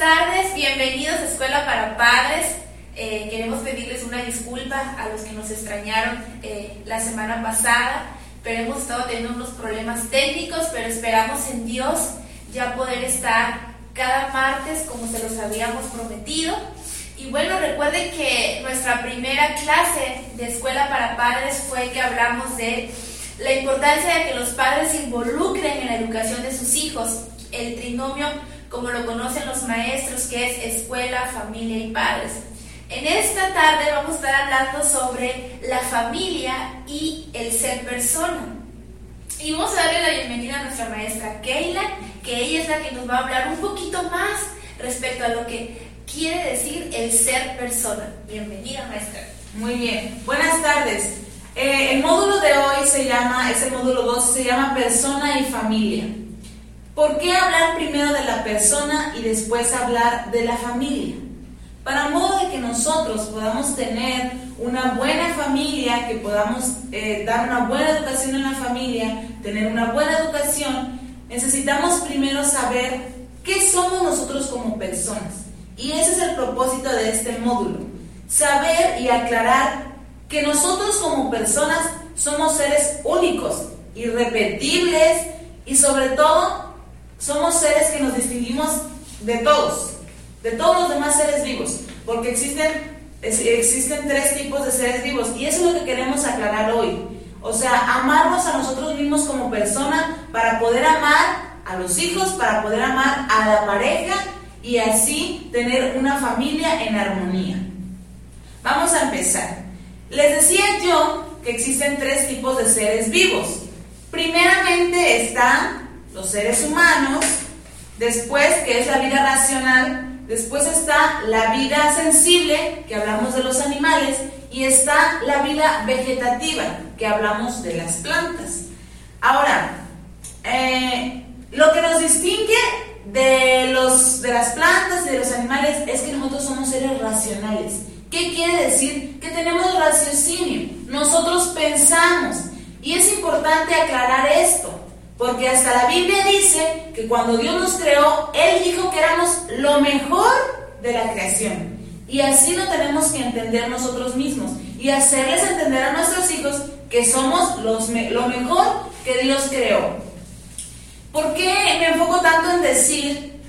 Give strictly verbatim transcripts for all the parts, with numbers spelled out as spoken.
tardes, bienvenidos a Escuela para Padres. Eh, queremos pedirles una disculpa a los que nos extrañaron eh, la semana pasada, pero hemos estado teniendo unos problemas técnicos, pero esperamos en Dios ya poder estar cada martes como se los habíamos prometido. Y bueno, recuerden que nuestra primera clase de Escuela para Padres fue que hablamos de la importancia de que los padres se involucren en la educación de sus hijos, el trinomio como lo conocen los maestros, que es escuela, familia y padres. En esta tarde vamos a estar hablando sobre la familia y el ser persona. Y vamos a darle la bienvenida a nuestra maestra Keila, que ella es la que nos va a hablar un poquito más respecto a lo que quiere decir el ser persona. Bienvenida, maestra. Muy bien, buenas tardes. Eh, el módulo de hoy se llama, es el módulo dos, se llama persona y familia. ¿Por qué hablar primero de la persona y después hablar de la familia? Para modo de que nosotros podamos tener una buena familia, que podamos eh, dar una buena educación en la familia, tener una buena educación, necesitamos primero saber qué somos nosotros como personas. Y ese es el propósito de este módulo, saber y aclarar que nosotros como personas somos seres únicos, irrepetibles y sobre todo somos seres que nos distinguimos de todos, de todos los demás seres vivos, porque existen, existen tres tipos de seres vivos y eso es lo que queremos aclarar hoy. O sea, amarnos a nosotros mismos como persona para poder amar a los hijos, para poder amar a la pareja y así tener una familia en armonía. Vamos a empezar. Les decía yo que existen tres tipos de seres vivos. Primeramente están los seres humanos, después que es la vida racional, después está la vida sensible, que hablamos de los animales, y está la vida vegetativa, que hablamos de las plantas. Ahora, eh, lo que nos distingue de, los, de las plantas y de los animales es que nosotros somos seres racionales. ¿Qué quiere decir? Que tenemos raciocinio, nosotros pensamos, y es importante aclarar esto. Porque hasta la Biblia dice que cuando Dios nos creó, Él dijo que éramos lo mejor de la creación. Y así lo tenemos que entender nosotros mismos y hacerles entender a nuestros hijos que somos los me- lo mejor que Dios creó. ¿Por qué me enfoco tanto en decir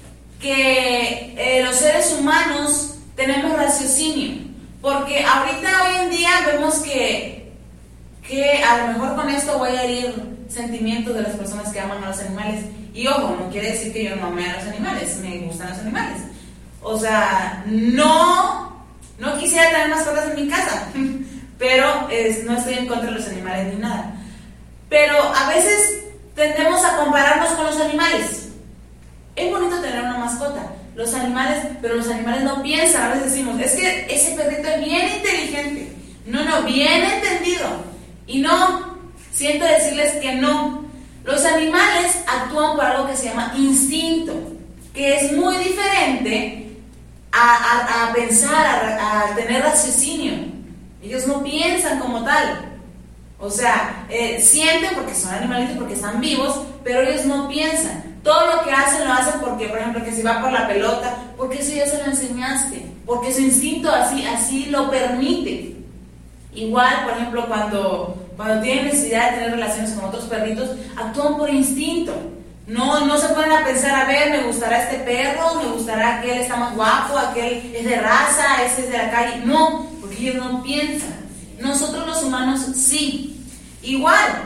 que eh, los seres humanos tenemos raciocinio? Porque ahorita hoy en día vemos que, que a lo mejor con esto voy a herir sentimientos de las personas que aman a los animales. Y ojo, no quiere decir que yo no ame a los animales, me gustan los animales. O sea, no, no quisiera tener mascotas en mi casa, pero es, no estoy en contra de los animales ni nada. Pero a veces tendemos a compararnos con los animales. Es bonito tener una mascota, los animales, pero los animales no piensan. A veces decimos, es que ese perrito es bien inteligente. No, no, bien entendido. Y no, siento decirles que no. Los animales actúan por algo que se llama instinto, que es muy diferente a, a, a pensar, a, a tener raciocinio. Ellos no piensan como tal. O sea, eh, sienten porque son animalitos, porque están vivos, pero ellos no piensan. Todo lo que hacen lo hacen porque, por ejemplo, que si va por la pelota, porque eso ya se lo enseñaste, porque su instinto así, así lo permite. Igual, por ejemplo, cuando... Cuando tienen necesidad de tener relaciones con otros perritos, actúan por instinto. No, no se ponen a pensar, a ver, me gustará este perro, me gustará aquel, está más guapo, aquel es de raza, ese es de la calle. No, porque ellos no piensan. Nosotros los humanos sí. Igual,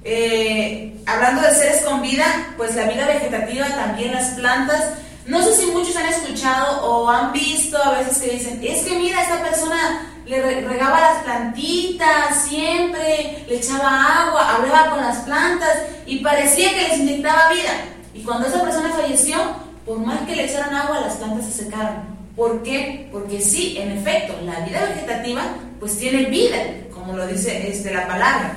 eh, hablando de seres con vida, pues la vida vegetativa, también las plantas. No sé si muchos han escuchado o han visto a veces que dicen, es que mira, esta persona le regaba las plantitas siempre, le echaba agua, hablaba con las plantas y parecía que les inyectaba vida. Y cuando esa persona falleció, por más que le echaran agua, las plantas se secaron. ¿Por qué? Porque sí, en efecto, la vida vegetativa pues tiene vida, como lo dice este, la palabra.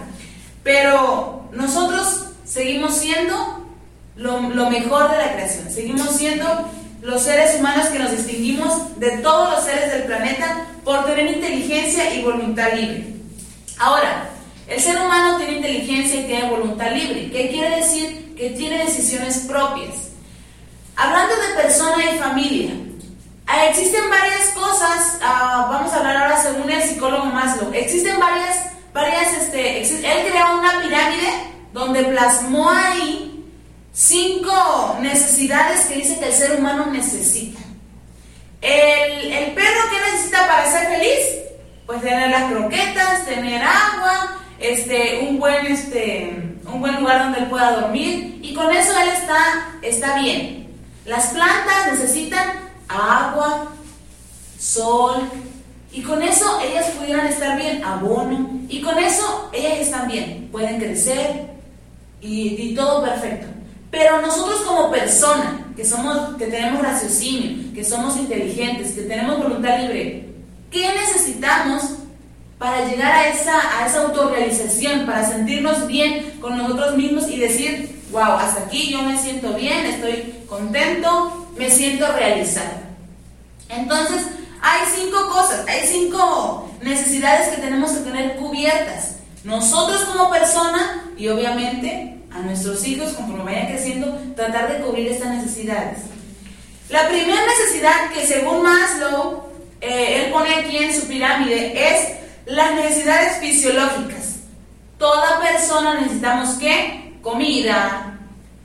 Pero nosotros seguimos siendo lo, lo mejor de la creación, seguimos siendo los seres humanos que nos distinguimos de todos los seres del planeta por tener inteligencia y voluntad libre. Ahora, el ser humano tiene inteligencia y tiene voluntad libre. ¿Qué quiere decir? Que tiene decisiones propias. Hablando de persona y familia, Ah, existen varias cosas, uh, vamos a hablar ahora según el psicólogo Maslow. Existen varias, varias, este, existe, él creó una pirámide donde plasmó ahí cinco necesidades que dice que el ser humano necesita. El, el perro, ¿qué necesita para ser feliz? Pues tener las croquetas, tener agua, este, un buen, este, un buen lugar donde él pueda dormir, y con eso él está, está bien. Las plantas necesitan agua, sol, y con eso ellas pudieran estar bien, abono, y con eso ellas están bien, pueden crecer y, y todo perfecto. Pero nosotros como persona, que somos, que tenemos raciocinio, que somos inteligentes, que tenemos voluntad libre, ¿qué necesitamos para llegar a esa, a esa autorrealización, para sentirnos bien con nosotros mismos y decir, wow, hasta aquí yo me siento bien, estoy contento, me siento realizado? Entonces, hay cinco cosas, hay cinco necesidades que tenemos que tener cubiertas. Nosotros como persona y obviamente a nuestros hijos, conforme vayan creciendo, tratar de cubrir estas necesidades. La primera necesidad que según Maslow, eh, él pone aquí en su pirámide, es las necesidades fisiológicas. Toda persona necesitamos ¿qué? Comida,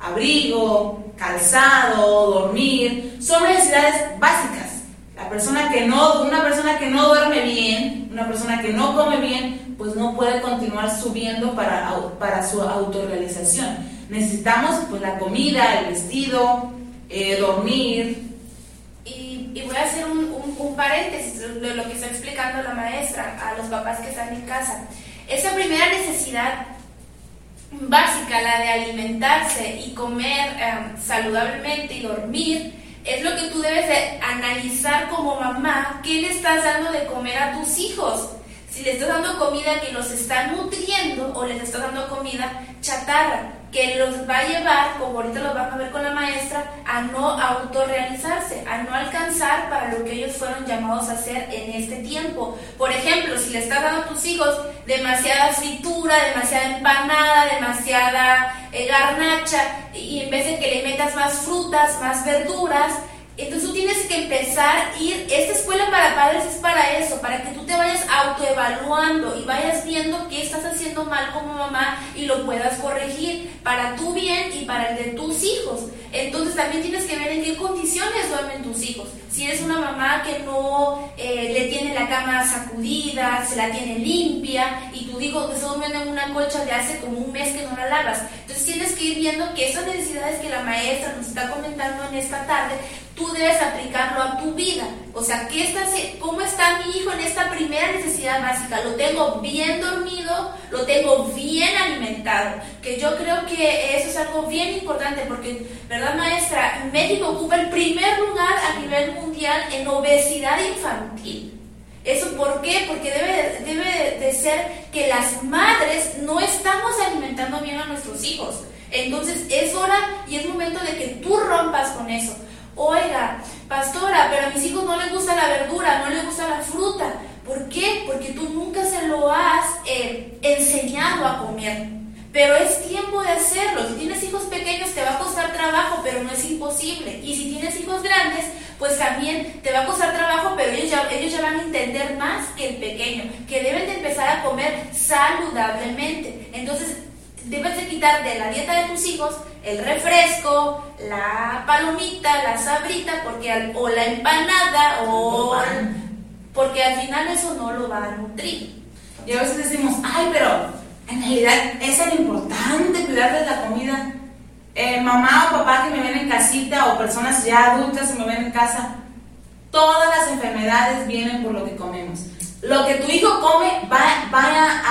abrigo, calzado, dormir, son necesidades básicas. La persona que no, una persona que no duerme bien, una persona que no come bien, pues no puede continuar subiendo para, para su autorrealización. Necesitamos pues la comida, el vestido, eh, dormir. Y, y voy a hacer un, un, un paréntesis de lo que está explicando la maestra a los papás que están en casa. Esa primera necesidad básica, la de alimentarse y comer um, saludablemente y dormir, es lo que tú debes de analizar como mamá. ¿Qué le estás dando de comer a tus hijos? Si le estás dando comida que los está nutriendo o les estás dando comida chatarra, que los va a llevar, como ahorita lo van a ver con la maestra, a no autorrealizarse, a no alcanzar para lo que ellos fueron llamados a hacer en este tiempo. Por ejemplo, si le estás dando a tus hijos demasiada fritura, demasiada empanada, demasiada eh, garnacha, y en vez de que le metas más frutas, más verduras, entonces tú tienes que empezar a ir. Esta escuela para padres es para eso, para que tú te vayas autoevaluando y vayas viendo qué estás haciendo mal como mamá y lo puedas corregir para tu bien y para el de tus hijos. Entonces también tienes que ver en qué condiciones duermen tus hijos. Si eres una mamá que no eh, le tiene la cama sacudida, se la tiene limpia, y tu hijo que se duerme en una colcha de hace como un mes que no la lavas, entonces tienes que ir viendo que esas necesidades que la maestra nos está comentando en esta tarde, tú debes aplicarlo a tu vida. O sea, ¿qué está, ¿cómo está mi hijo en esta primera necesidad básica? ¿Lo tengo bien dormido? ¿Lo tengo bien alimentado? Que yo creo que eso es algo bien importante porque, ¿verdad, maestra? México ocupa el primer lugar a nivel mundial en obesidad infantil. ¿Eso por qué? Porque debe, debe de ser que las madres no estamos alimentando bien a nuestros hijos. Entonces es hora y es momento de que tú rompas con eso. Oiga, pastora, pero a mis hijos no les gusta la verdura, no les gusta la fruta. ¿Por qué? Porque tú nunca se lo has eh, enseñado a comer. Pero es tiempo de hacerlo. Si tienes hijos pequeños te va a costar trabajo, pero no es imposible. Y si tienes hijos grandes, pues también te va a costar trabajo, pero ellos ya, ellos ya van a entender más que el pequeño, que deben de empezar a comer saludablemente. Entonces, debes de quitar de la dieta de tus hijos el refresco, la palomita, la sabrita, porque al, o la empanada, o porque al final eso no lo va a nutrir. Y a veces decimos, ay, pero en realidad es tan importante cuidarles la comida. Eh, mamá o papá que me ven en casita, o personas ya adultas que me ven en casa, todas las enfermedades vienen por lo que comemos. Lo que tu hijo come va, va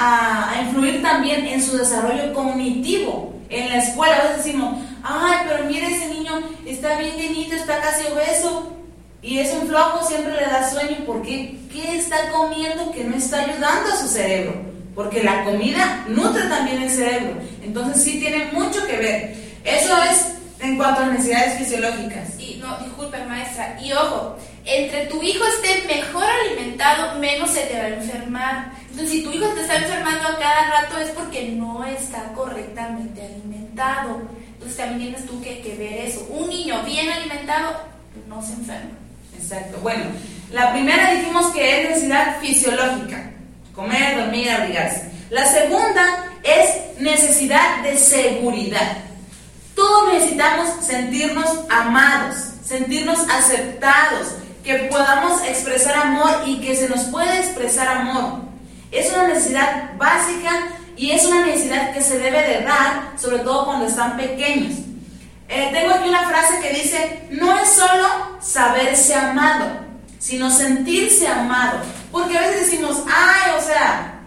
a, a influir también en su desarrollo cognitivo. En la escuela a veces decimos, ay, pero mira, ese niño está bien llenito, está casi obeso, y es un flojo, siempre le da sueño. ¿Por qué? ¿Qué está comiendo que no está ayudando a su cerebro? Porque la comida nutre también el cerebro. Entonces sí tiene mucho que ver. Eso es en cuanto a las necesidades fisiológicas. Y no, disculpen, maestra, y ojo, entre tu hijo esté mejor alimentado, menos se te va a enfermar. Entonces, si tu hijo te está enfermando a cada rato es porque no está correctamente alimentado. Entonces también tienes tú que, que ver eso. Un niño bien alimentado no se enferma. Exacto. Bueno, la primera dijimos que es necesidad fisiológica, comer, dormir, abrigarse. La segunda es necesidad de seguridad. Todos necesitamos sentirnos amados, sentirnos aceptados, que podamos expresar amor y que se nos pueda expresar amor. Es una necesidad básica y es una necesidad que se debe de dar, sobre todo cuando están pequeños. Eh, tengo aquí una frase que dice, no es solo saberse amado, sino sentirse amado. Porque a veces decimos, ay, o sea,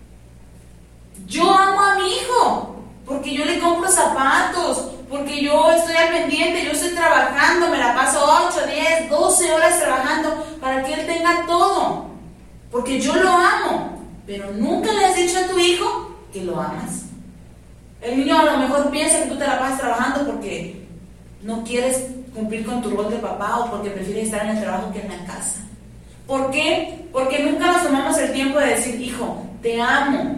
yo amo a mi hijo, porque yo le compro zapatos, porque yo estoy al pendiente, yo estoy trabajando, me la paso ocho, diez, doce horas trabajando para que él tenga todo, porque yo lo amo. Pero nunca le has dicho a tu hijo que lo amas. El niño a lo mejor piensa que tú te la pasas trabajando porque no quieres cumplir con tu rol de papá o porque prefieres estar en el trabajo que en la casa. ¿Por qué? Porque nunca nos tomamos el tiempo de decir, hijo, te amo.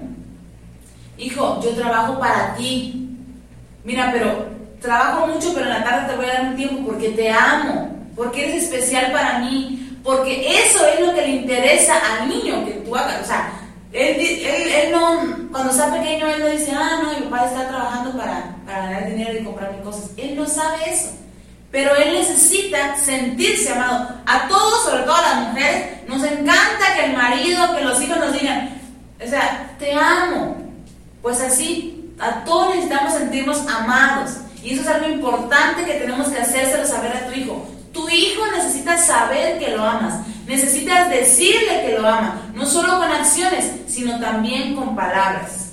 Hijo, yo trabajo para ti. Mira, pero trabajo mucho, pero en la tarde te voy a dar un tiempo porque te amo, porque eres especial para mí, porque eso es lo que le interesa al niño que tú hagas. O sea, él, él, él no, cuando está pequeño, él no dice, ah, no, mi papá está trabajando para, para ganar dinero y comprarme cosas. Él no sabe eso, pero él necesita sentirse amado. A todos, sobre todo a las mujeres, nos encanta que el marido, que los hijos nos digan, o sea, te amo. Pues así, a todos necesitamos sentirnos amados. Y eso es algo importante que tenemos que hacérselo saber a tu hijo. Tu hijo necesita saber que lo amas. Necesitas decirle que lo ama, no solo con acciones, sino también con palabras.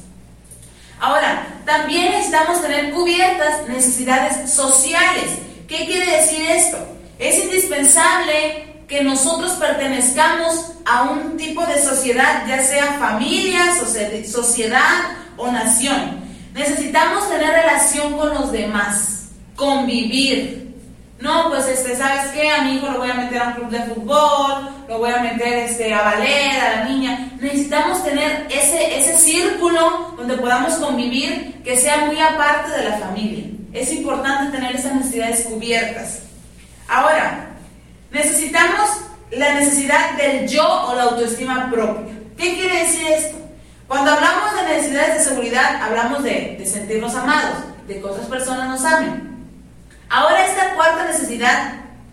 Ahora, también necesitamos tener cubiertas necesidades sociales. ¿Qué quiere decir esto? Es indispensable que nosotros pertenezcamos a un tipo de sociedad, ya sea familia, sociedad o nación. Necesitamos tener relación con los demás, convivir. No, pues, este, ¿sabes qué? A mi hijo lo voy a meter a un club de fútbol, lo voy a meter este, a ballet, a la niña. Necesitamos tener ese, ese círculo donde podamos convivir, que sea muy aparte de la familia. Es importante tener esas necesidades cubiertas. Ahora, necesitamos la necesidad del yo o la autoestima propia. ¿Qué quiere decir esto? Cuando hablamos de necesidades de seguridad, hablamos de, de sentirnos amados, de que otras personas nos amen. Ahora, esta cuarta necesidad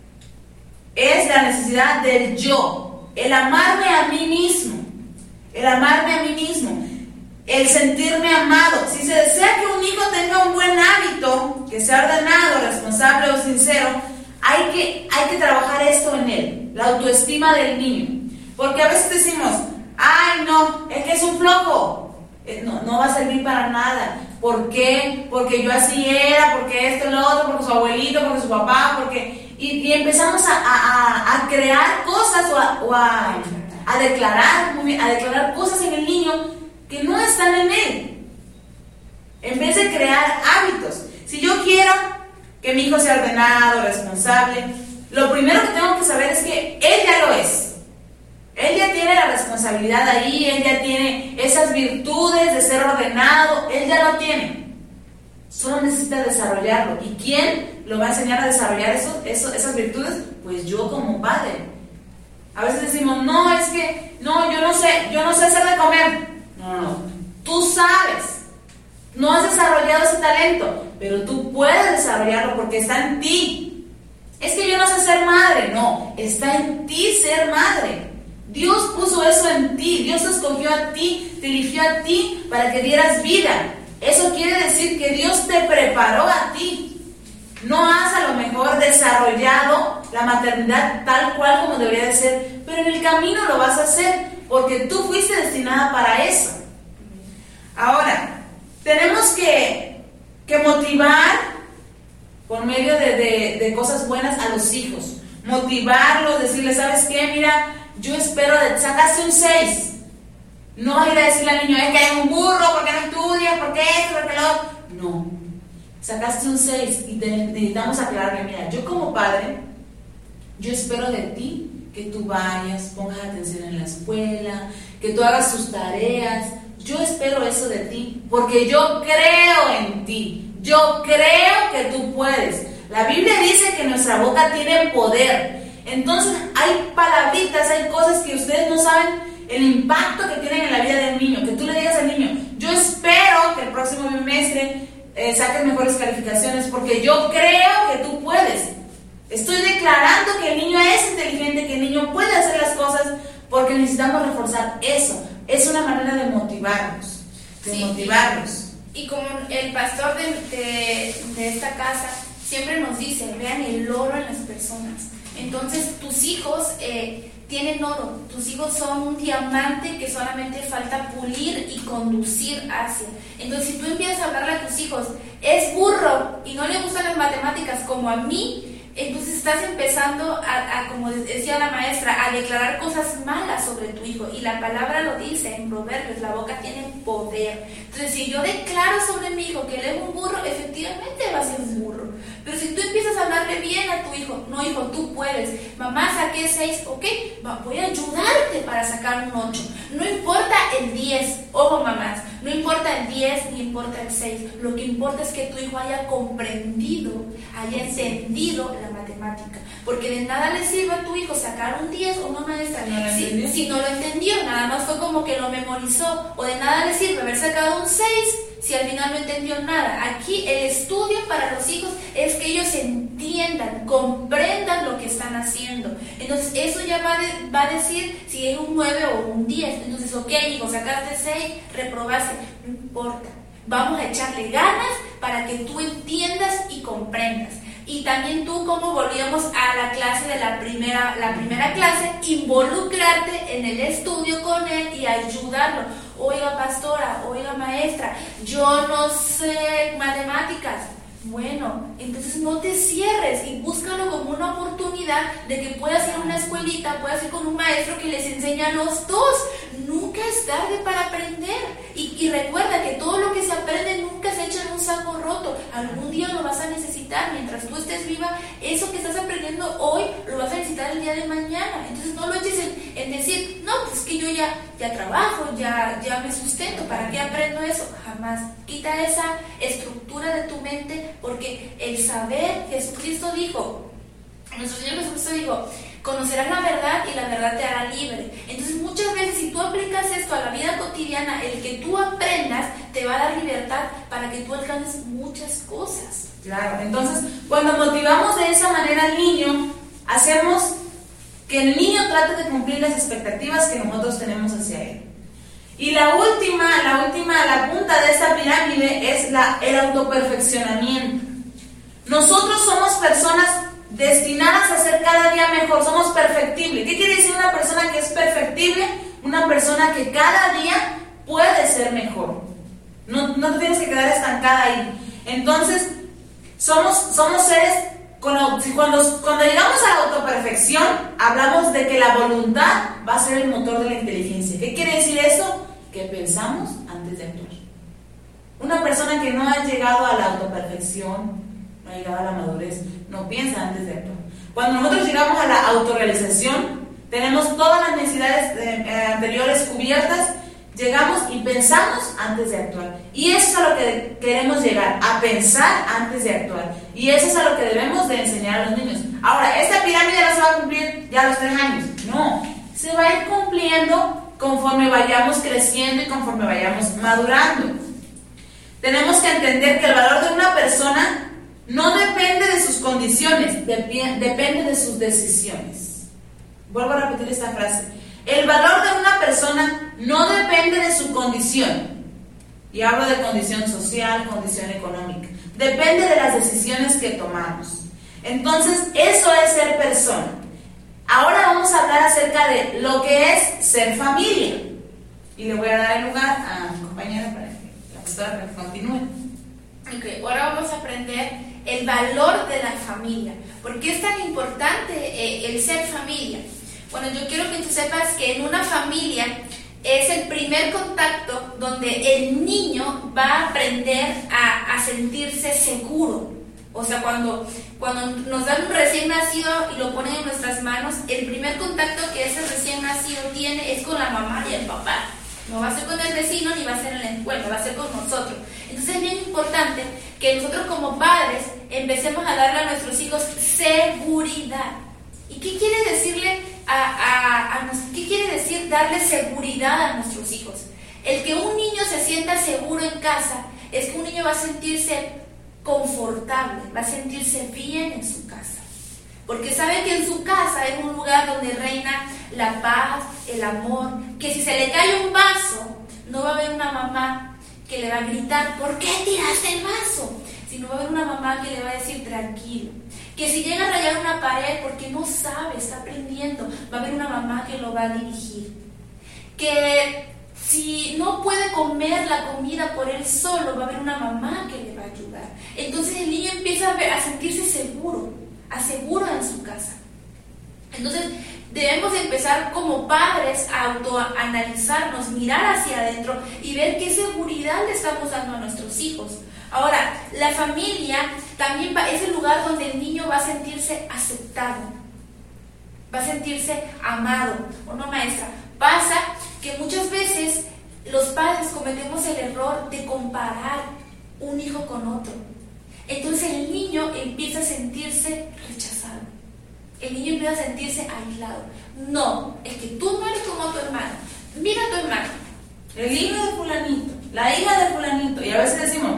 es la necesidad del yo, el amarme a mí mismo, el amarme a mí mismo, el sentirme amado. Si se desea que un hijo tenga un buen hábito, que sea ordenado, responsable o sincero, hay que, hay que trabajar esto en él, la autoestima del niño. Porque a veces decimos, ay no, es que es un flojo, no, no va a servir para nada. ¿Por qué? Porque yo así era, porque esto, lo otro, porque su abuelito, porque su papá, porque... Y, y empezamos a, a, a crear cosas o, a, o a, a, declarar, a declarar cosas en el niño que no están en él. En vez de crear hábitos. Si yo quiero que mi hijo sea ordenado, responsable, lo primero que tengo que saber es que él ya lo es. Él ya tiene la responsabilidad ahí, él ya tiene esas virtudes de ser ordenado, él ya lo tiene. Solo necesita desarrollarlo. ¿Y quién lo va a enseñar a desarrollar eso, eso, esas virtudes? Pues yo como padre. A veces decimos, no, es que, no, yo no sé, yo no sé hacer de comer. No, no, tú sabes. No has desarrollado ese talento, pero tú puedes desarrollarlo porque está en ti. Es que yo no sé ser madre. No, está en ti ser madre. Dios puso eso en ti, Dios escogió a ti, te eligió a ti para que dieras vida. Eso quiere decir que Dios te preparó a ti. No has a lo mejor desarrollado la maternidad tal cual como debería de ser, pero en el camino lo vas a hacer porque tú fuiste destinada para eso. Ahora, tenemos que, que motivar por medio de, de, de cosas buenas a los hijos. Motivarlos, decirles, ¿sabes qué? Mira, yo espero de sacaste un seis. No ir a decirle al niño, es que hay un burro, ¿por qué no estudias? ¿Por qué esto? ¿Por qué lo...? No. Sacaste un seis y te, necesitamos aclararle, mira, yo como padre, yo espero de ti que tú vayas, pongas atención en la escuela, que tú hagas tus tareas. Yo espero eso de ti, porque yo creo en ti. Yo creo que tú puedes. La Biblia dice que nuestra boca tiene poder. Entonces hay palabritas, hay cosas que ustedes no saben el impacto que tienen en la vida del niño. Que tú le digas al niño, yo espero que el próximo bimestre eh, saques mejores calificaciones porque yo creo que tú puedes. Estoy declarando que el niño es inteligente, que el niño puede hacer las cosas, porque necesitamos reforzar eso. Es una manera de motivarnos, de sí, motivarnos. Y, y como el pastor de, de, de esta casa siempre nos dice, vean el oro en las personas. Entonces tus hijos eh, tienen oro, tus hijos son un diamante que solamente falta pulir y conducir hacia. Entonces si tú empiezas a hablarle a tus hijos, es burro y no le gustan las matemáticas como a mí, entonces estás empezando a, a, como decía la maestra, a declarar cosas malas sobre tu hijo. Y la palabra lo dice en Proverbios, la boca tiene poder. Entonces si yo declaro sobre mi hijo que él es un burro, efectivamente va a ser un burro. Pero si tú empiezas a hablarle bien a tu hijo, no hijo, tú puedes, mamá saqué seis, ok, voy a ayudarte para sacar un ocho. No importa el diez, ojo mamás, no importa el diez ni importa el seis, lo que importa es que tu hijo haya comprendido, haya entendido la matemática, porque de nada le sirve a tu hijo sacar un diez o una maestra no si, si no lo entendió, nada más fue como que lo memorizó, o de nada le sirve haber sacado un seis si al final no entendió nada. Aquí el estudio para los hijos es que ellos entiendan, comprendan lo que están haciendo. Entonces eso ya va, de, va a decir si es un nueve o un diez. Entonces, ok, hijo, sacaste seis, reprobaste, no importa, vamos a echarle ganas para que tú entiendas y comprendas. Y también tú, como volvíamos a la clase de la primera, la primera clase, involucrarte en el estudio con él y ayudarlo. Oiga, pastora, oiga, maestra, yo no sé matemáticas. Bueno, entonces no te cierres y búscalo como una oportunidad de que puedas ir a una escuelita, puedas ir con un maestro que les enseñe a los dos. Nunca es tarde para aprender. Y, y recuerda que todo lo que se aprende nunca se echa en un saco roto. Algún día lo vas a necesitar. Mientras tú estés viva, eso que estás aprendiendo hoy lo vas a necesitar el día de mañana. Entonces no lo eches en, en decir, no, pues que yo ya, ya trabajo, ya, ya me sustento, ¿para qué aprendo eso? Jamás. Quita esa estructura de tu mente, porque el saber, Jesucristo dijo, nuestro Señor Jesucristo dijo, conocerás la verdad y la verdad te hará libre. Entonces muchas veces si tú aplicas esto a la vida cotidiana, el que tú aprendas te va a dar libertad para que tú alcances muchas cosas. Claro, entonces cuando motivamos de esa manera al niño, hacemos que el niño trate de cumplir las expectativas que nosotros tenemos hacia él. Y la última, la última, la punta de esta pirámide es la, el autoperfeccionamiento. Nosotros somos personas destinadas a ser cada día mejor, somos perfectibles. ¿Qué quiere decir una persona que es perfectible? Una persona que cada día puede ser mejor. No, no te tienes que quedar estancada ahí. Entonces, somos, somos seres, cuando, cuando, cuando llegamos a la autoperfección, hablamos de que la voluntad va a ser el motor de la inteligencia. ¿Qué quiere decir eso? Que pensamos antes de actuar. Una persona que no ha llegado a la autoperfección, no ha llegado a la madurez, no piensa antes de actuar. Cuando nosotros llegamos a la autorrealización, tenemos todas las necesidades eh, anteriores cubiertas, llegamos y pensamos antes de actuar. Y eso es a lo que queremos llegar, a pensar antes de actuar. Y eso es a lo que debemos de enseñar a los niños. Ahora, esta pirámide no se va a cumplir ya a los tres años, no, se va a ir cumpliendo conforme vayamos creciendo y conforme vayamos madurando. Tenemos que entender que el valor de una persona no depende de sus condiciones, depende de sus decisiones. Vuelvo a repetir esta frase. El valor de una persona no depende de su condición. Y hablo de condición social, condición económica. Depende de las decisiones que tomamos. Entonces, eso es ser persona. Ahora vamos a hablar acerca de lo que es ser familia. Y le voy a dar el lugar a mi compañera para que la pastora continúe. Ok, ahora vamos a aprender el valor de la familia. ¿Por qué es tan importante eh, el ser familia? Bueno, yo quiero que tú sepas que en una familia es el primer contacto donde el niño va a aprender a, a sentirse seguro. O sea, cuando, cuando nos dan un recién nacido y lo ponen en nuestras manos, el primer contacto que ese recién nacido tiene es con la mamá y el papá. No va a ser con el vecino ni va a ser en la escuela, va a ser con nosotros. Entonces es bien importante que nosotros como padres empecemos a darle a nuestros hijos seguridad. ¿Y qué quiere decirle a, a, a qué quiere decir darle seguridad a nuestros hijos? El que un niño se sienta seguro en casa es que un niño va a sentirse confortable, va a sentirse bien en su casa. Porque sabe que en su casa es un lugar donde reina la paz, el amor, que si se le cae un vaso, no va a haber una mamá que le va a gritar, ¿por qué tiraste el vaso? Sino va a haber una mamá que le va a decir, tranquilo. Que si llega a rayar una pared porque no sabe, está aprendiendo, va a haber una mamá que lo va a dirigir. Que si no puede comer la comida por él solo, va a haber una mamá que le va a ayudar. Entonces el niño empieza a, ver, a sentirse seguro, aseguro en su casa. Entonces debemos empezar como padres a autoanalizarnos, mirar hacia adentro y ver qué seguridad le estamos dando a nuestros hijos. Ahora, la familia también va, es el lugar donde el niño va a sentirse aceptado, va a sentirse amado. ¿O no, maestra? Pasa que muchas veces los padres cometemos el error de comparar un hijo con otro. Entonces el niño empieza a sentirse rechazado. El niño empieza a sentirse aislado. No, es que tú no eres como tu hermano. Mira a tu hermano. El hijo de fulanito, la hija de fulanito. Y a veces decimos,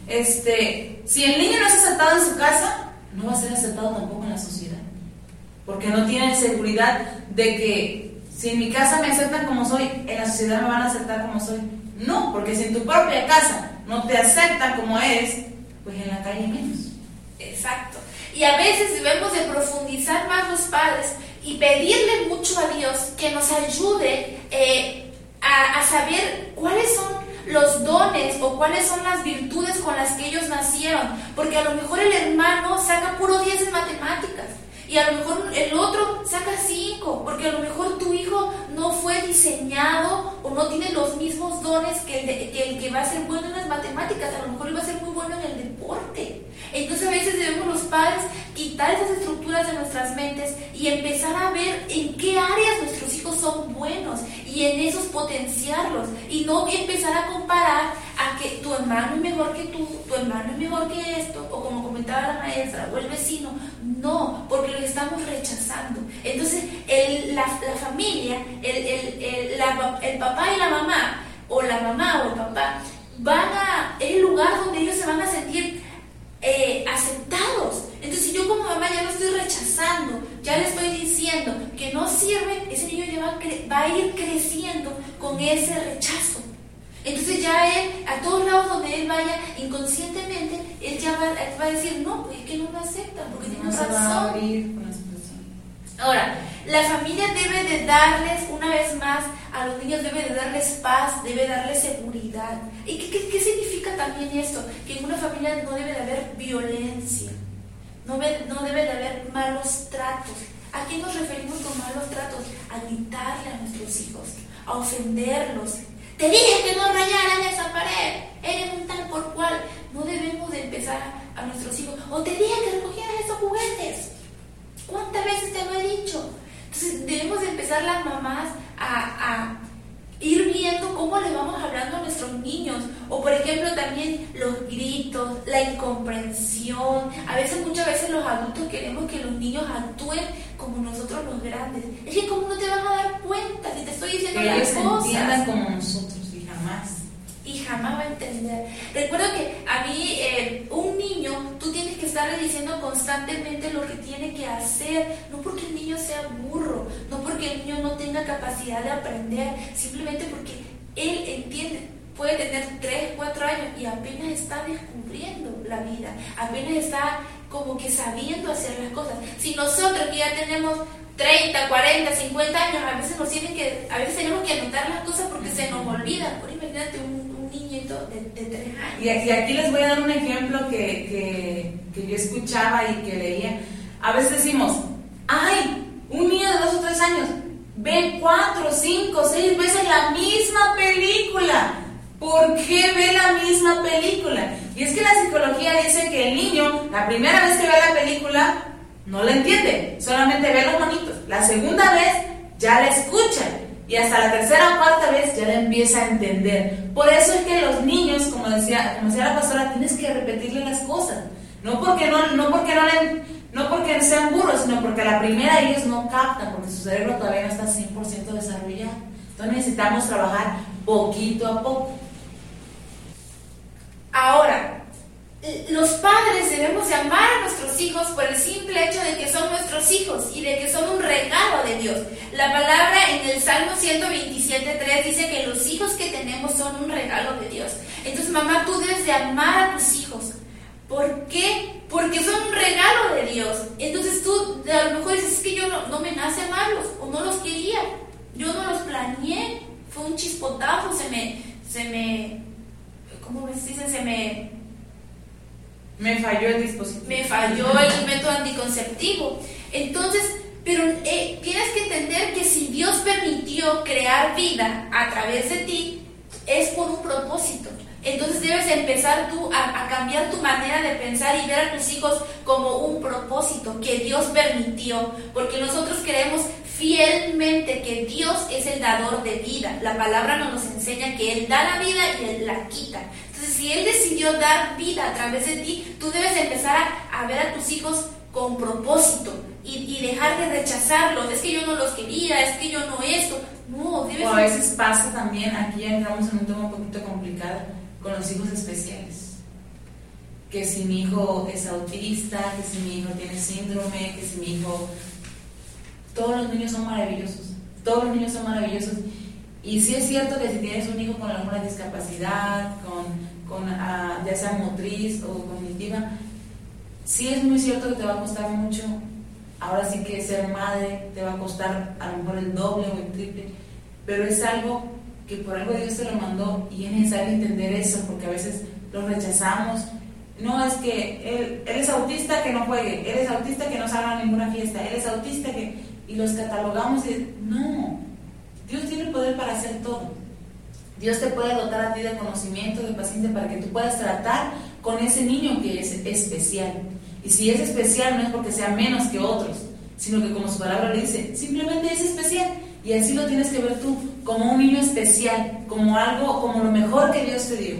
este, si el niño no es aceptado en su casa, no va a ser aceptado tampoco en la sociedad. Porque no tiene seguridad de que si en mi casa me aceptan como soy, en la sociedad me van a aceptar como soy. No, porque si en tu propia casa no te aceptan como eres, pues en la calle menos. Exacto. Y a veces debemos de profundizar más los padres y pedirle mucho a Dios que nos ayude eh, a, a saber cuáles son los dones o cuáles son las virtudes con las que ellos nacieron. Porque a lo mejor el hermano saca puro diez en matemáticas. Y a lo mejor el otro saca cinco, porque a lo mejor tu hijo no fue diseñado o no tiene los mismos dones que el, de, que el que va a ser bueno en las matemáticas. A lo mejor él va a ser muy bueno en el deporte. Entonces a veces debemos los padres quitar esas estructuras de nuestras mentes y empezar a ver en qué áreas nuestros hijos son buenos y en esos potenciarlos, y no empezar a comparar a que tu hermano es mejor que tú, tu hermano es mejor que esto, o como comentaba la maestra, o el vecino. No, porque lo estamos rechazando. Entonces el, la, la familia, el, el, el, la, el papá y la mamá, o la mamá o el papá, van a, es el lugar donde ellos se van a sentir eh, aceptados. Entonces si yo como mamá ya lo estoy rechazando, ya le estoy diciendo que no sirve, ese niño ya va a, cre- va a ir creciendo con ese rechazo. Entonces ya él, a todos lados donde él vaya, inconscientemente, él ya va, va a decir, no, pues es que no me aceptan, porque No tienen se va a razón. abrir con la situación. Ahora, la familia debe de darles, una vez más, a los niños debe de darles paz, debe darles seguridad. ¿Y qué, qué, qué significa también esto? Que en una familia no debe de haber violencia, no, ve, no debe de haber malos tratos. ¿A qué nos referimos con malos tratos? A gritarle a nuestros hijos, a ofenderlos. Te dije que no rayaran esa pared, eres un tal por cual. No debemos de empezar a, a nuestros hijos, o te dije que recogieras esos juguetes. ¿Cuántas veces te lo he dicho? Entonces debemos de empezar las mamás a, a ir viendo cómo le vamos hablando a nuestros niños. O por ejemplo también los gritos, la incomprensión. A veces, muchas veces los adultos queremos que los niños actúen como nosotros los grandes. Es que ¿cómo no te vas a dar cuenta si te estoy diciendo que las ellos cosas? entiendan como nosotros y jamás. Y jamás va a entender. Recuerdo que a mí, eh, un niño, tú tienes que estarle diciendo constantemente lo que tiene que hacer, no porque el niño sea burro, no porque el niño no tenga capacidad de aprender, simplemente porque él entiende. Puede tener tres, cuatro años y apenas está descubriendo la vida, apenas está como que sabiendo hacer las cosas. Si nosotros que ya tenemos treinta, cuarenta, cincuenta años, a veces nos tienen que, a veces tenemos que anotar las cosas porque se nos olvidan. Por imagínate un, un niñito de, de tres años. Y, y aquí les voy a dar un ejemplo que, que, que yo escuchaba y que leía. A veces decimos, ay, un niño de dos o tres años ve cuatro, cinco, seis veces la misma película. ¿Por qué ve la misma película? Y es que la psicología dice que el niño, la primera vez que ve la película, no la entiende, solamente ve los monitos. La segunda vez ya la escucha y hasta la tercera o cuarta vez ya la empieza a entender. Por eso es que los niños, como decía, como decía la pastora, tienes que repetirle las cosas. No porque no, no porque no le, No porque sean burros, sino porque a la primera ellos no captan, porque su cerebro todavía no está cien por ciento desarrollado. Entonces necesitamos trabajar poquito a poco. Ahora, los padres debemos de amar a nuestros hijos por el simple hecho de que son nuestros hijos y de que son un regalo de Dios. La palabra en el Salmo ciento veintisiete tres dice que los hijos que tenemos son un regalo de Dios. Entonces, mamá, tú debes de amar a tus hijos. ¿Por qué? Porque son un regalo de Dios. Entonces tú a lo mejor dices, es que yo no, no me nace amarlos o no los quería. Yo no los planeé. Fue un chispotazo, se me, se me, ¿cómo me dicen? Se me... Me falló el dispositivo. Me falló el método anticonceptivo. Entonces, pero eh, tienes que entender que si Dios permitió crear vida a través de ti, es por un propósito. Entonces debes empezar tú a, a cambiar tu manera de pensar y ver a tus hijos como un propósito que Dios permitió, porque nosotros creemos fielmente que Dios es el dador de vida. La palabra nos enseña que Él da la vida y Él la quita. Entonces, si Él decidió dar vida a través de ti, tú debes empezar a, a ver a tus hijos con propósito y, y dejar de rechazarlos. Es que yo no los quería, es que yo no esto. No, debes... O a veces pasa también, aquí ya entramos en un tema un poquito complicado, con los hijos especiales. Que si mi hijo es autista, que si mi hijo tiene síndrome, que si mi hijo... Todos los niños son maravillosos, todos los niños son maravillosos. Y sí es cierto que si tienes un hijo con alguna discapacidad, con, con uh, ya sea motriz o cognitiva, sí es muy cierto que te va a costar mucho. Ahora sí que ser madre te va a costar a lo mejor el doble o el triple, pero es algo que por algo Dios te lo mandó y es necesario entender eso, porque a veces lo rechazamos. No, es que él, él es autista, que no juegue, él es autista, que no salga a ninguna fiesta, él es autista, que... y los catalogamos y no, Dios tiene el poder para hacer todo. Dios te puede dotar a ti de conocimiento, de paciencia, para que tú puedas tratar con ese niño que es especial. Y si es especial no es porque sea menos que otros, sino que como su palabra le dice, simplemente es especial. Y así lo tienes que ver tú, como un niño especial, como algo, como lo mejor que Dios te dio.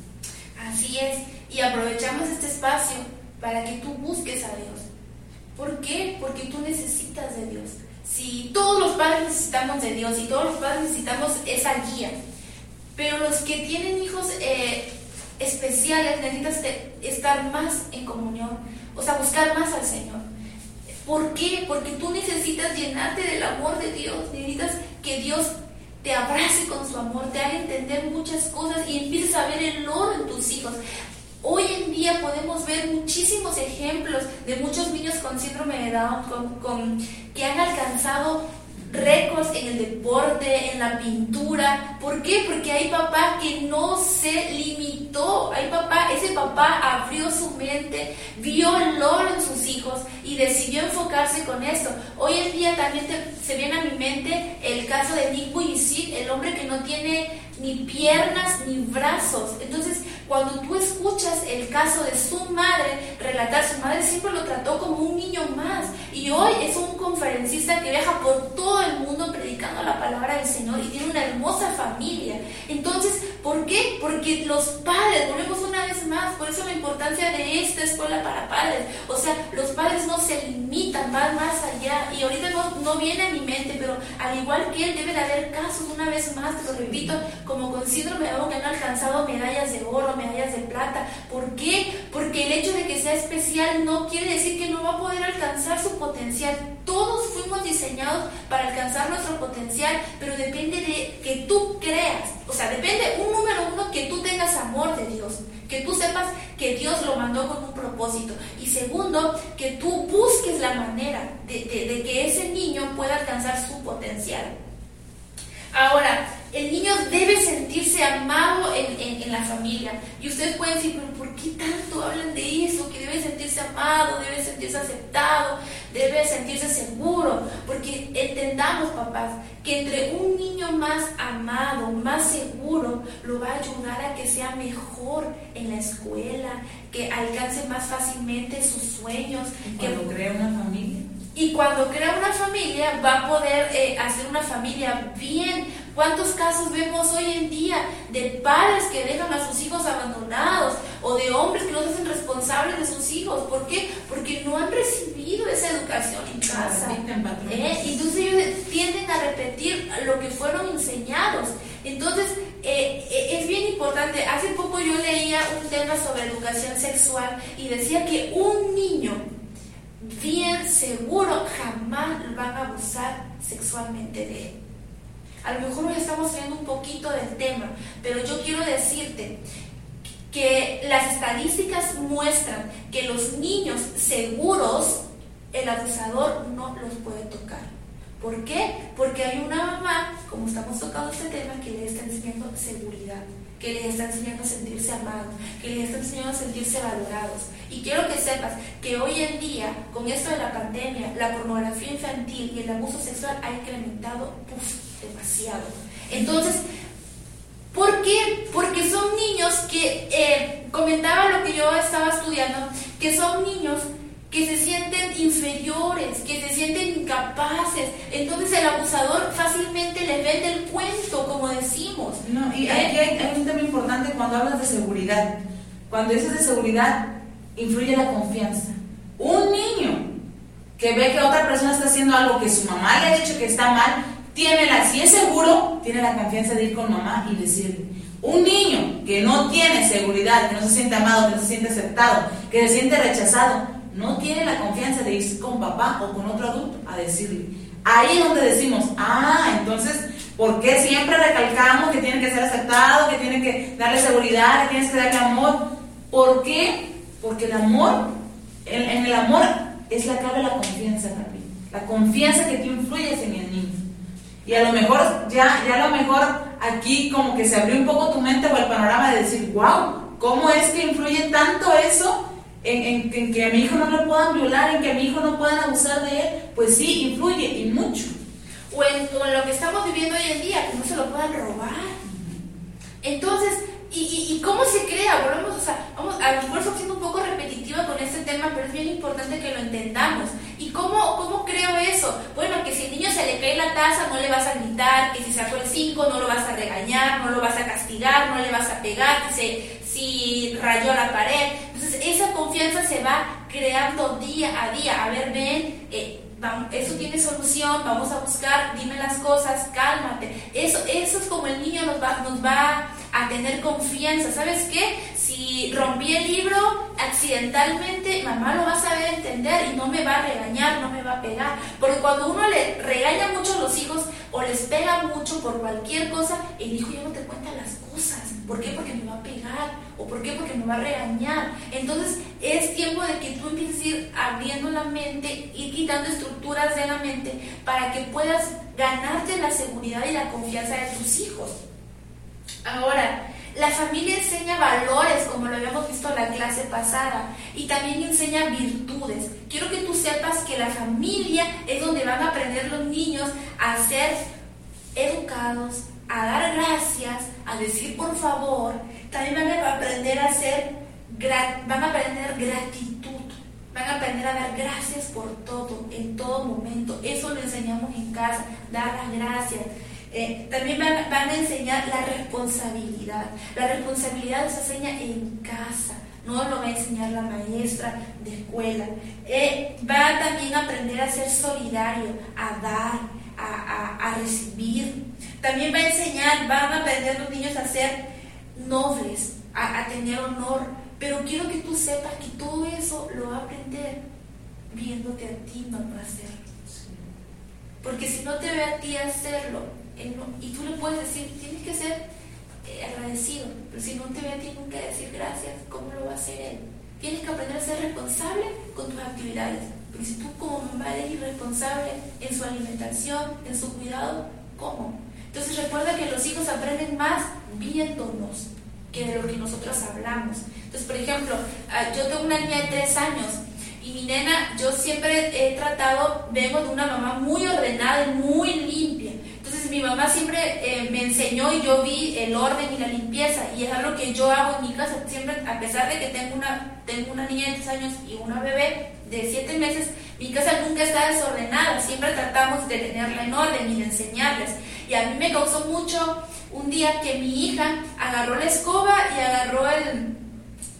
Así es, y aprovechamos este espacio para que tú busques a Dios. ¿Por qué? Porque tú necesitas de Dios. Si todos los padres necesitamos de Dios y todos los padres necesitamos esa guía, pero los que tienen hijos eh, especiales necesitas estar más en comunión, o sea, buscar más al Señor. ¿Por qué? Porque tú necesitas llenarte del amor de Dios, necesitas que Dios te abrace con su amor, te haga entender muchas cosas y empieces a ver el oro en tus hijos. Hoy en día podemos ver muchísimos ejemplos de muchos niños con síndrome de Down, con, con, que han alcanzado récords en el deporte, en la pintura. ¿Por qué? Porque hay papá que no se limitó. Hay papá, ese papá abrió su mente, vio el oro en sus hijos y decidió enfocarse con esto. Hoy en día también te, se viene a mi mente el caso de Nick Vujicic, el hombre que no tiene ni piernas ni brazos. Entonces, cuando tú escuchas el caso de su madre relatar, su madre siempre lo trató como un niño más, y hoy es un conferencista que viaja por todo el mundo predicando la palabra del Señor y tiene una hermosa familia. Entonces, ¿por qué? Porque los padres, volvemos una vez más, por eso la importancia de esta escuela para padres. O sea, los padres no se limitan, van más allá, y ahorita no, no viene a mi mente, pero al igual que él debe de haber casos, una vez más, te lo repito, como con síndrome de Down, que han alcanzado medallas de oro, medallas de plata. ¿Por qué? Porque el hecho de que sea especial no quiere decir que no va a poder alcanzar su potencial. Todos fuimos diseñados para alcanzar nuestro potencial, pero depende de que tú creas. O sea, depende, un número uno, que tú tengas amor de Dios, que tú sepas que Dios lo mandó con un propósito, y segundo, que tú busques la manera de, de, de que ese niño pueda alcanzar su potencial. Ahora, el niño debe sentirse amado en, en, en la familia. Y ustedes pueden decir, pero ¿por qué tanto hablan de eso? Que debe sentirse amado, debe sentirse aceptado, debe sentirse seguro. Porque entendamos, papás, que entre un niño más amado, más seguro, lo va a ayudar a que sea mejor en la escuela, que alcance más fácilmente sus sueños. ¿Y cuando que crea una familia? Y cuando crea una familia, va a poder eh, hacer una familia bien. ¿Cuántos casos vemos hoy en día de padres que dejan a sus hijos abandonados? o de hombres que no se hacen responsables de sus hijos. ¿Por qué? Porque no han recibido esa educación en casa. ¿Eh? Entonces ellos tienden a repetir lo que fueron enseñados. Entonces eh, eh, es bien importante. Hace poco yo leía un tema sobre educación sexual y decía que un niño bien seguro jamás van a abusar sexualmente de él. A lo mejor nos estamos saliendo un poquito del tema, pero yo quiero decirte que las estadísticas muestran que los niños seguros, el abusador no los puede tocar. ¿Por qué? Porque hay una mamá, como estamos tocando este tema, que le está enseñando seguridad, que les está enseñando a sentirse amados, que les está enseñando a sentirse valorados. Y quiero que sepas que hoy en día, con esto de la pandemia, la pornografía infantil y el abuso sexual ha incrementado uf, demasiado. Entonces, ¿por qué? Porque son niños que, eh, comentaba lo que yo estaba estudiando, que son niños que se sienten inferiores, que se sienten incapaces. Entonces el abusador fácilmente les vende el cuento, como decimos. No, y aquí hay, hay un tema importante cuando hablas de seguridad. Cuando dices de seguridad, influye la confianza. Un niño que ve que otra persona está haciendo algo que su mamá le ha dicho que está mal, tiene la, si es seguro, tiene la confianza de ir con mamá y decirle. Un niño que no tiene seguridad, que no se siente amado, que no se siente aceptado, que se siente rechazado, no tiene la confianza de irse con papá o con otro adulto a decirle. Ahí es donde decimos, ah, entonces, ¿por qué siempre recalcamos que tiene que ser aceptado, que tiene que darle seguridad, que tienes que darle amor? ¿Por qué? Porque el amor, en, en el amor es la clave de la confianza, papi. La confianza que tú influyes en el niño. Y a lo mejor, ya, ya a lo mejor aquí como que se abrió un poco tu mente o el panorama de decir, wow, ¿cómo es que influye tanto eso en, en, en que a mi hijo no lo puedan violar, en que a mi hijo no puedan abusar de él? Pues sí, influye y mucho. O en, o en lo que estamos viviendo hoy en día, que no se lo puedan robar. Entonces, ¿y, y, y cómo se crea? Volvemos, o sea, vamos, a lo mejor estoy siendo un poco repetitiva con este tema, pero es bien importante que lo entendamos. ¿Y cómo, cómo creo eso? Bueno, que si al niño se le cae la taza, no le vas a gritar, que si sacó el cinco, no lo vas a regañar, no lo vas a castigar, no le vas a pegar, que se, si rayó la pared. Entonces, esa confianza se va creando día a día. A ver, ven, eh, vamos, eso tiene solución, vamos a buscar, dime las cosas, cálmate. Eso, eso es como el niño nos va, nos va a tener confianza. ¿Sabes qué? Si rompí el libro accidentalmente, mamá lo va a saber entender y no me va a regañar, no me va a pegar. Porque cuando uno le regaña mucho a los hijos o les pega mucho por cualquier cosa, el hijo ya no te cuenta las cosas. ¿Por qué? Porque me va a pegar. ¿O por qué? Porque me va a regañar. Entonces es tiempo de que tú empieces a ir abriendo la mente, ir quitando estructuras de la mente para que puedas ganarte la seguridad y la confianza de tus hijos. Ahora, la familia enseña valores, como lo habíamos visto en la clase pasada, y también enseña virtudes. Quiero que tú sepas que la familia es donde van a aprender los niños a ser educados, a dar gracias, a decir por favor. También van a aprender a ser, van a aprender gratitud, van a aprender a dar gracias por todo, en todo momento. Eso lo enseñamos en casa, dar las gracias. Eh, también van, van a enseñar la responsabilidad. La responsabilidad se enseña en casa, no lo va a enseñar la maestra de escuela. Eh, va también a aprender a ser solidario, a dar, a, a, a recibir. También va a enseñar, van a aprender los niños a ser nobles, a, a tener honor. Pero quiero que tú sepas que todo eso lo va a aprender viéndote a ti, mamá, hacerlo. Porque si no te ve a ti hacerlo, no, y tú le puedes decir, tienes que ser eh, agradecido, pero si no te ve a ti nunca decir gracias, ¿cómo lo va a hacer él? Tienes que aprender a ser responsable con tus actividades, porque si tú como mamá eres irresponsable en su alimentación, en su cuidado, ¿cómo? Entonces recuerda que los hijos aprenden más viéndonos que de lo que nosotros hablamos. Entonces, por ejemplo, yo tengo una niña de tres años y mi nena, yo siempre he tratado, vengo de una mamá muy ordenada y muy limpia. Entonces mi mamá siempre eh, me enseñó y yo vi el orden y la limpieza, y es algo que yo hago en mi casa siempre, a pesar de que tengo una, tengo una niña de tres años y una bebé de siete meses, mi casa nunca está desordenada, siempre tratamos de tenerla en orden y de enseñarles. Y a mí me causó mucho un día que mi hija agarró la escoba y agarró el,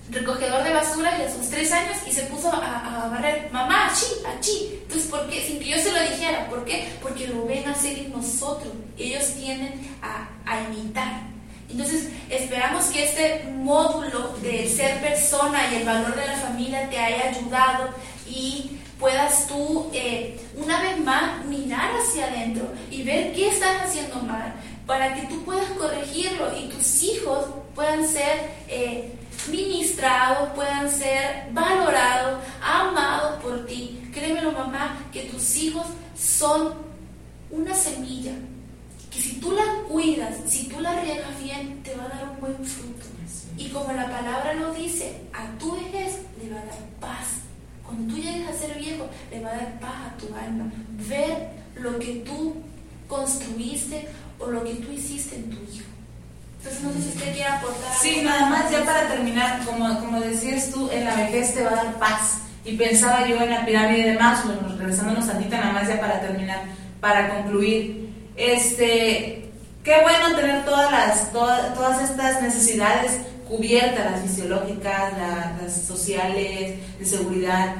recogedor de basura y a sus tres años y se puso a, a barrer, mamá, achí, achí. Entonces, ¿por qué? Sin que yo se lo dijera. ¿Por qué? Porque lo ven hacer en nosotros. Ellos tienden a, a imitar. Entonces, esperamos que este módulo de ser persona y el valor de la familia te haya ayudado y puedas tú, eh, una vez más, mirar hacia adentro y ver qué estás haciendo mal para que tú puedas corregirlo y tus hijos puedan ser eh, ministrados, puedan ser valorados, amados por ti. Créemelo, mamá, que tus hijos son una semilla que si tú la cuidas, si tú la riegas bien, te va a dar un buen fruto. Y como la palabra lo dice, a tu vejez le va a dar paz. Cuando tú llegues a ser viejo, le va a dar paz a tu alma. Ver lo que tú construiste o lo que tú hiciste en tu hijo. Entonces, no sé si usted quiere aportar. Sí, nada más ya para terminar, como, como decías tú, en la vejez te va a dar paz. Y pensaba yo en la pirámide de Maslow, regresándonos tantita, nada más ya para terminar, para concluir. Este, qué bueno tener todas las, todas, todas estas necesidades cubiertas, las fisiológicas, la, las sociales, de seguridad.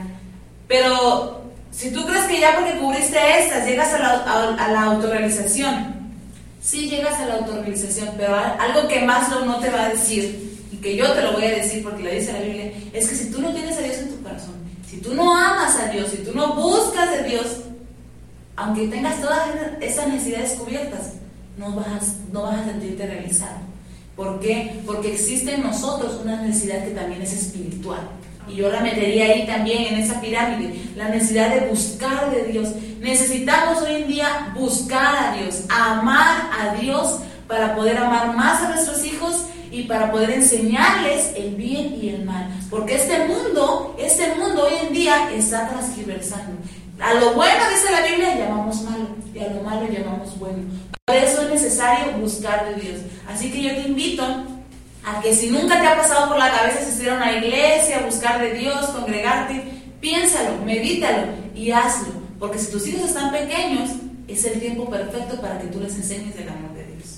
Pero si tú crees que ya porque cubriste estas llegas a la, a, a la autorrealización, sí llegas a la autorrealización, pero algo que Maslow no te va a decir y que yo te lo voy a decir porque lo dice la Biblia, es que si tú no tienes a Dios en tu corazón, si tú no amas a Dios, si tú no buscas de Dios, aunque tengas todas esas necesidades cubiertas, no vas, no vas a sentirte realizado. ¿Por qué? Porque existe en nosotros una necesidad que también es espiritual. Y yo la metería ahí también en esa pirámide, la necesidad de buscar de Dios. Necesitamos hoy en día buscar a Dios, amar a Dios para poder amar más a nuestros hijos y para poder enseñarles el bien y el mal. Porque este mundo, este mundo hoy en día está transgiversando. A lo bueno, dice la Biblia, llamamos malo, y a lo malo llamamos bueno. Por eso es necesario buscar de Dios. Así que yo te invito a que si nunca te ha pasado por la cabeza asistir a una iglesia, buscar de Dios, congregarte, piénsalo, medítalo y hazlo. Porque si tus hijos están pequeños, es el tiempo perfecto para que tú les enseñes del amor de Dios.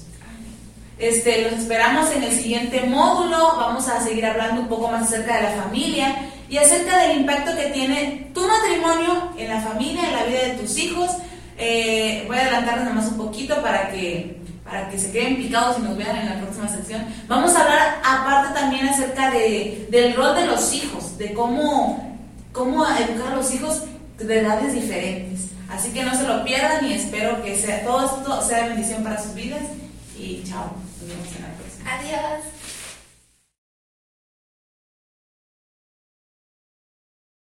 Este, los esperamos en el siguiente módulo. Vamos a seguir hablando un poco más acerca de la familia y acerca del impacto que tiene tu matrimonio en la familia, en la vida de tus hijos. Eh, voy a adelantarles nada más un poquito para que, para que se queden picados y nos vean en la próxima sección. Vamos a hablar aparte también acerca de, del rol de los hijos, de cómo, cómo educar a los hijos de edades diferentes. Así que no se lo pierdan y espero que sea, todo esto sea de bendición para sus vidas. Y chao, nos vemos en la próxima. Adiós.